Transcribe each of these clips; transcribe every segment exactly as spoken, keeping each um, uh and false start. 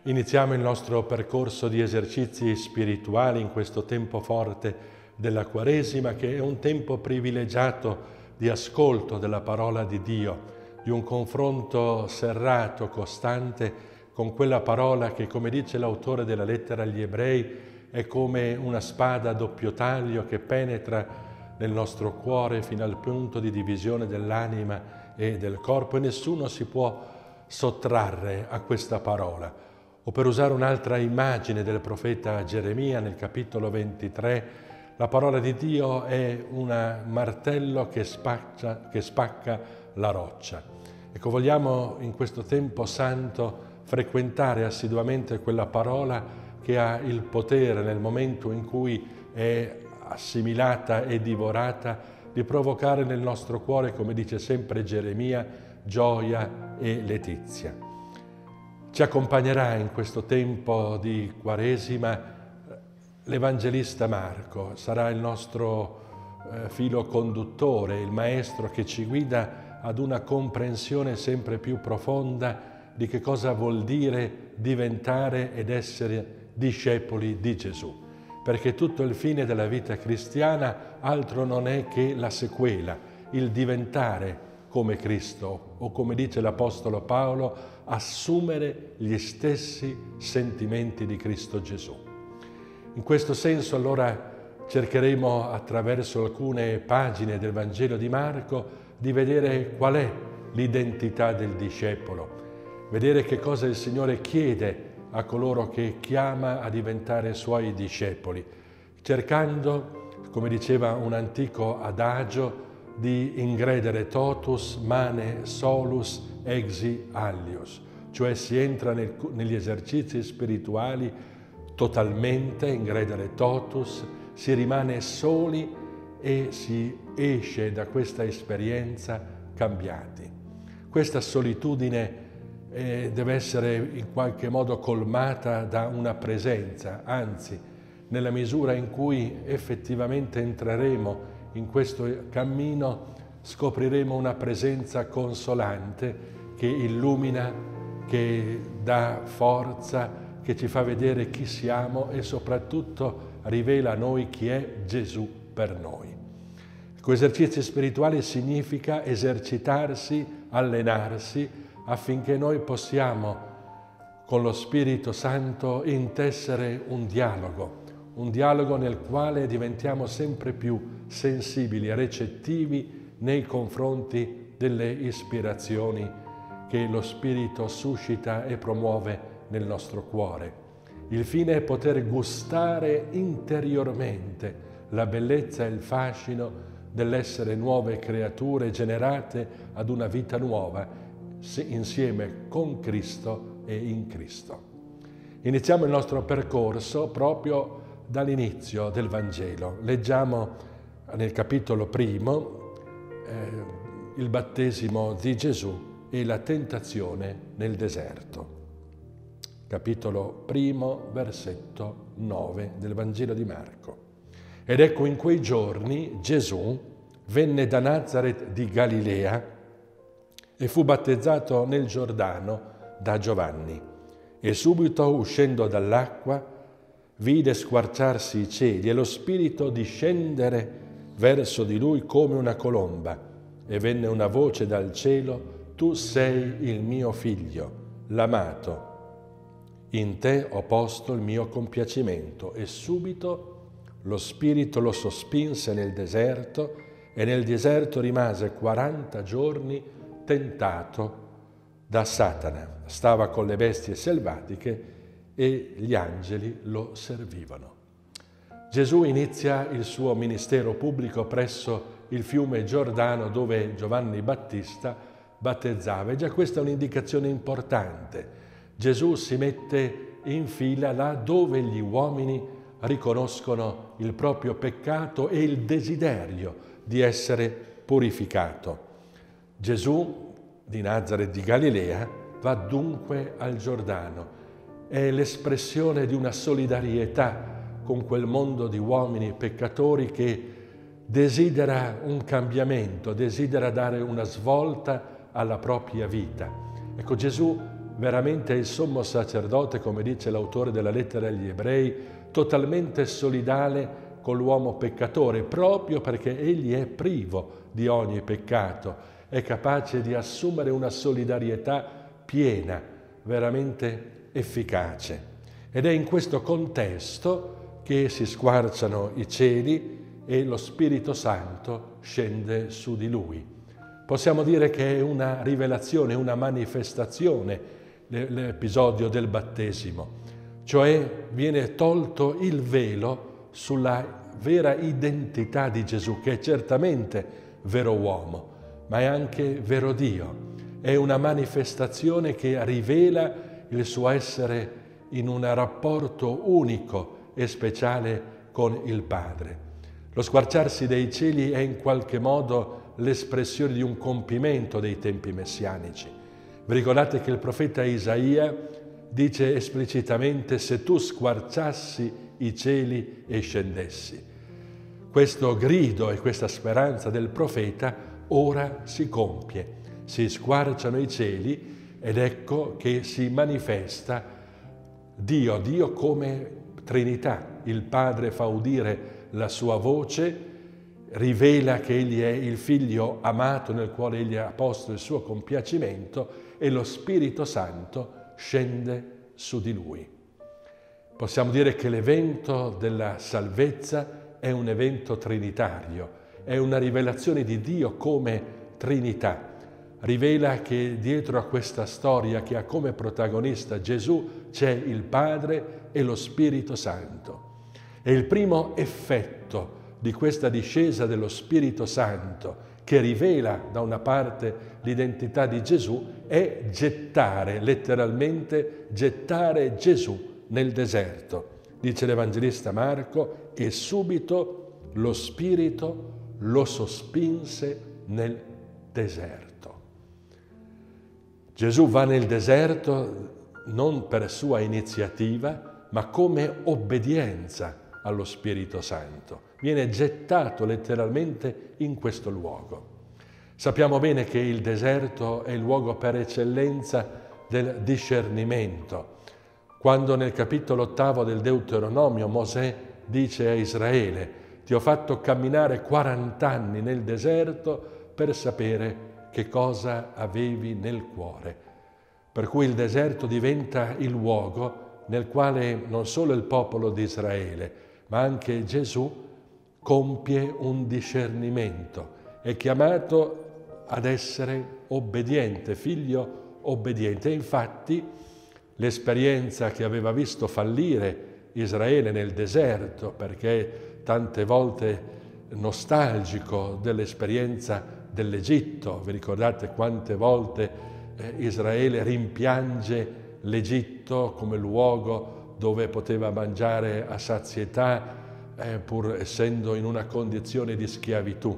Iniziamo il nostro percorso di esercizi spirituali in questo tempo forte della Quaresima, che è un tempo privilegiato di ascolto della parola di Dio, di un confronto serrato, costante, con quella parola che, come dice l'autore della lettera agli Ebrei, è come una spada a doppio taglio che penetra nel nostro cuore fino al punto di divisione dell'anima e del corpo, e nessuno si può sottrarre a questa parola. O per usare un'altra immagine del profeta Geremia, nel capitolo ventitré, la parola di Dio è un martello che spacca, che spacca la roccia. Ecco, vogliamo in questo tempo santo frequentare assiduamente quella parola che ha il potere, nel momento in cui è assimilata e divorata, di provocare nel nostro cuore, come dice sempre Geremia, gioia e letizia. Ci accompagnerà in questo tempo di Quaresima l'Evangelista Marco, sarà il nostro eh, filo conduttore, il maestro che ci guida ad una comprensione sempre più profonda di che cosa vuol dire diventare ed essere discepoli di Gesù. Perché tutto il fine della vita cristiana altro non è che la sequela, il diventare come Cristo, o come dice l'Apostolo Paolo, assumere gli stessi sentimenti di Cristo Gesù. In questo senso allora cercheremo attraverso alcune pagine del Vangelo di Marco di vedere qual è l'identità del discepolo, vedere che cosa il Signore chiede a coloro che chiama a diventare Suoi discepoli, cercando, come diceva un antico adagio, di ingredere totus mane solus exi allius, cioè si entra nel, negli esercizi spirituali totalmente, ingredere totus, si rimane soli e si esce da questa esperienza cambiati. Questa solitudine eh, deve essere in qualche modo colmata da una presenza, anzi, nella misura in cui effettivamente entreremo in questo cammino, scopriremo una presenza consolante che illumina, che dà forza, che ci fa vedere chi siamo e soprattutto rivela a noi chi è Gesù per noi. Ecco, esercizi spirituali significa esercitarsi, allenarsi, affinché noi possiamo con lo Spirito Santo intessere un dialogo, un dialogo nel quale diventiamo sempre più sensibili e recettivi nei confronti delle ispirazioni che lo Spirito suscita e promuove nel nostro cuore. Il fine è poter gustare interiormente la bellezza e il fascino dell'essere nuove creature generate ad una vita nuova insieme con Cristo e in Cristo. Iniziamo il nostro percorso proprio dall'inizio del Vangelo. Leggiamo nel capitolo primo eh, il battesimo di Gesù e la tentazione nel deserto. Capitolo primo, versetto nove del Vangelo di Marco. Ed ecco, in quei giorni Gesù venne da Nazaret di Galilea e fu battezzato nel Giordano da Giovanni. E subito, uscendo dall'acqua, vide squarciarsi i cieli e lo Spirito discendere verso di lui come una colomba, e venne una voce dal cielo: tu sei il mio figlio, l'amato, in te ho posto il mio compiacimento. E subito lo Spirito lo sospinse nel deserto, e nel deserto rimase quaranta giorni tentato da Satana. Stava con le bestie selvatiche e gli angeli lo servivano. Gesù inizia il suo ministero pubblico presso il fiume Giordano, dove Giovanni Battista battezzava. E già questa è un'indicazione importante. Gesù si mette in fila là dove gli uomini riconoscono il proprio peccato e il desiderio di essere purificato. Gesù di Nazaret di Galilea va dunque al Giordano. È l'espressione di una solidarietà con quel mondo di uomini peccatori che desidera un cambiamento, desidera dare una svolta alla propria vita. Ecco, Gesù veramente il sommo sacerdote, come dice l'autore della lettera agli Ebrei, totalmente solidale con l'uomo peccatore, proprio perché egli è privo di ogni peccato, è capace di assumere una solidarietà piena, veramente efficace. Ed è in questo contesto che si squarciano i cieli e lo Spirito Santo scende su di lui. Possiamo dire che è una rivelazione, una manifestazione l'episodio del battesimo, cioè viene tolto il velo sulla vera identità di Gesù, che è certamente vero uomo, ma è anche vero Dio. È una manifestazione che rivela il suo essere in un rapporto unico e speciale con il Padre. Lo squarciarsi dei cieli è in qualche modo l'espressione di un compimento dei tempi messianici. Vi ricordate che il profeta Isaia dice esplicitamente: se tu squarciassi i cieli e scendessi. Questo grido e questa speranza del profeta ora si compie. Si squarciano i cieli ed ecco che si manifesta Dio, Dio come Trinità. Il Padre fa udire la sua voce, rivela che Egli è il Figlio amato nel quale Egli ha posto il suo compiacimento, e lo Spirito Santo scende su di Lui. Possiamo dire che l'evento della salvezza è un evento trinitario, è una rivelazione di Dio come Trinità. Rivela che dietro a questa storia che ha come protagonista Gesù c'è il Padre e lo Spirito Santo. E il primo effetto di questa discesa dello Spirito Santo, che rivela da una parte l'identità di Gesù, è gettare, letteralmente gettare Gesù nel deserto. Dice l'Evangelista Marco: e subito lo Spirito lo sospinse nel deserto. Gesù va nel deserto non per sua iniziativa, ma come obbedienza allo Spirito Santo. Viene gettato letteralmente in questo luogo. Sappiamo bene che il deserto è il luogo per eccellenza del discernimento. Quando nel capitolo ottavo del Deuteronomio Mosè dice a Israele: ti ho fatto camminare quarant'anni nel deserto per sapere che cosa avevi nel cuore. Per cui il deserto diventa il luogo nel quale non solo il popolo di Israele, ma anche Gesù compie un discernimento, è chiamato ad essere obbediente, figlio obbediente. E infatti l'esperienza che aveva visto fallire Israele nel deserto, perché tante volte nostalgico dell'esperienza dell'Egitto, vi ricordate quante volte eh, Israele rimpiange l'Egitto come luogo dove poteva mangiare a sazietà, eh, pur essendo in una condizione di schiavitù,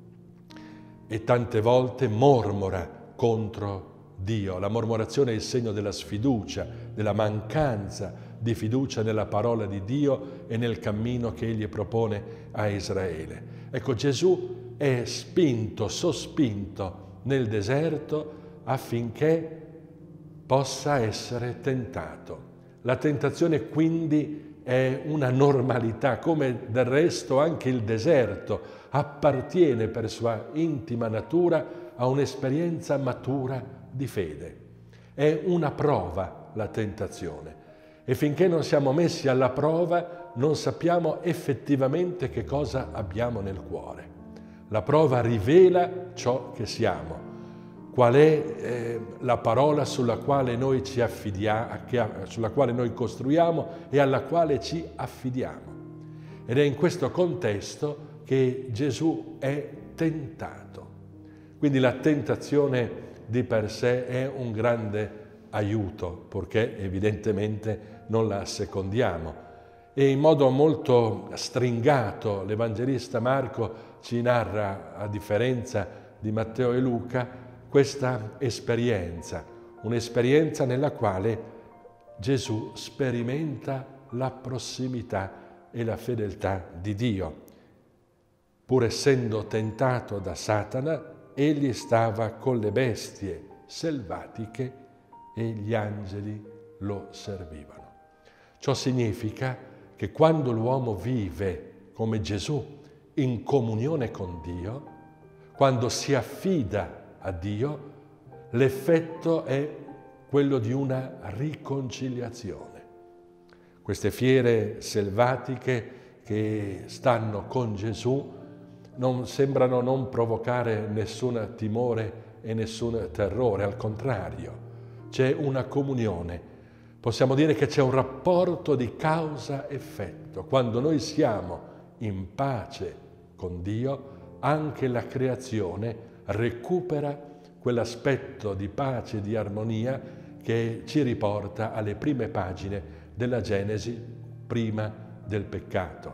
e tante volte mormora contro Dio. La mormorazione è il segno della sfiducia, della mancanza di fiducia nella parola di Dio e nel cammino che Egli propone a Israele. Ecco, Gesù è spinto, sospinto nel deserto affinché possa essere tentato. La tentazione quindi è una normalità, come del resto anche il deserto appartiene per sua intima natura a un'esperienza matura di fede. È una prova la tentazione, e finché non siamo messi alla prova non sappiamo effettivamente che cosa abbiamo nel cuore. La prova rivela ciò che siamo. Qual è eh, la parola sulla quale noi ci affidiamo, sulla quale noi costruiamo e alla quale ci affidiamo. Ed è in questo contesto che Gesù è tentato. Quindi la tentazione di per sé è un grande aiuto, purché evidentemente non la assecondiamo. E in modo molto stringato l'Evangelista Marco ci narra, a differenza di Matteo e Luca, questa esperienza, un'esperienza nella quale Gesù sperimenta la prossimità e la fedeltà di Dio. Pur essendo tentato da Satana, egli stava con le bestie selvatiche e gli angeli lo servivano. Ciò significa che quando l'uomo vive come Gesù in comunione con Dio, quando si affida a Dio, l'effetto è quello di una riconciliazione. Queste fiere selvatiche che stanno con Gesù non sembrano non provocare nessun timore e nessun terrore, al contrario, c'è una comunione. Possiamo dire che c'è un rapporto di causa-effetto. Quando noi siamo in pace con Dio, anche la creazione recupera quell'aspetto di pace e di armonia che ci riporta alle prime pagine della Genesi, prima del peccato.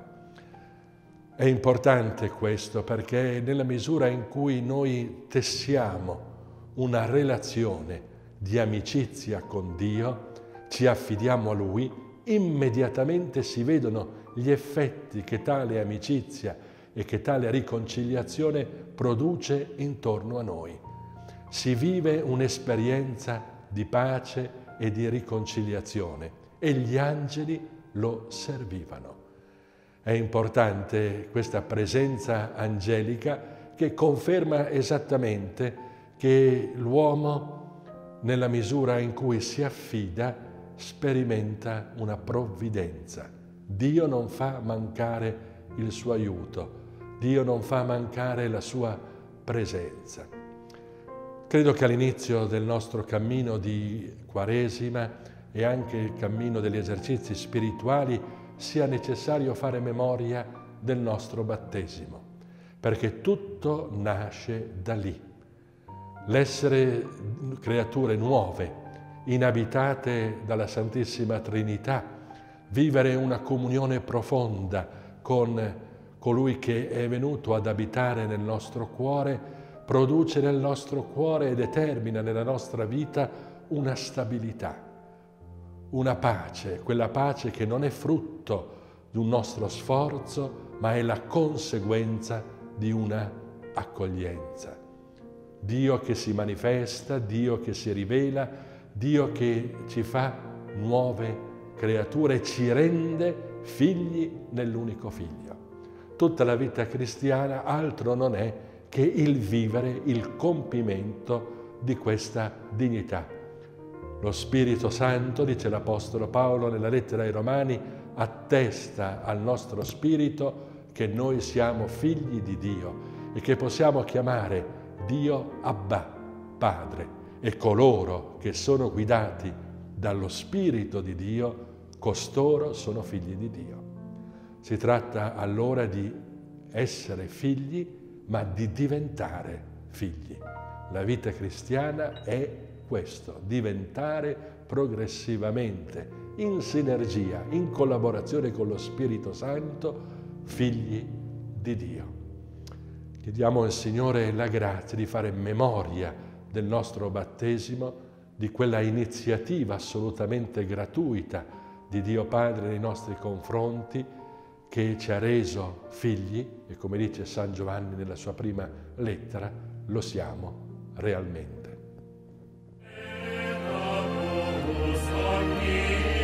È importante questo perché nella misura in cui noi tessiamo una relazione di amicizia con Dio, ci affidiamo a Lui, immediatamente si vedono gli effetti che tale amicizia e che tale riconciliazione produce intorno a noi. Si vive un'esperienza di pace e di riconciliazione e gli angeli lo servivano. È importante questa presenza angelica che conferma esattamente che l'uomo, nella misura in cui si affida, sperimenta una provvidenza. Dio non fa mancare il suo aiuto, Dio non fa mancare la sua presenza. Credo che all'inizio del nostro cammino di Quaresima e anche il cammino degli esercizi spirituali sia necessario fare memoria del nostro battesimo, perché tutto nasce da lì. L'essere creature nuove, inabitate dalla Santissima Trinità, vivere una comunione profonda con colui che è venuto ad abitare nel nostro cuore, produce nel nostro cuore e determina nella nostra vita una stabilità, una pace, quella pace che non è frutto di un nostro sforzo, ma è la conseguenza di una accoglienza. Dio che si manifesta, Dio che si rivela, Dio che ci fa nuove creature, ci rende figli nell'unico Figlio. Tutta la vita cristiana altro non è che il vivere, il compimento di questa dignità. Lo Spirito Santo, dice l'Apostolo Paolo nella lettera ai Romani, attesta al nostro spirito che noi siamo figli di Dio e che possiamo chiamare Dio Abba, Padre, e coloro che sono guidati dallo Spirito di Dio, costoro sono figli di Dio. Si tratta allora di essere figli, ma di diventare figli. La vita cristiana è questo, diventare progressivamente, in sinergia, in collaborazione con lo Spirito Santo, figli di Dio. Chiediamo al Signore la grazia di fare memoria del nostro battesimo, di quella iniziativa assolutamente gratuita di Dio Padre nei nostri confronti, che ci ha reso figli, e come dice San Giovanni nella sua prima lettera, lo siamo realmente. Sogni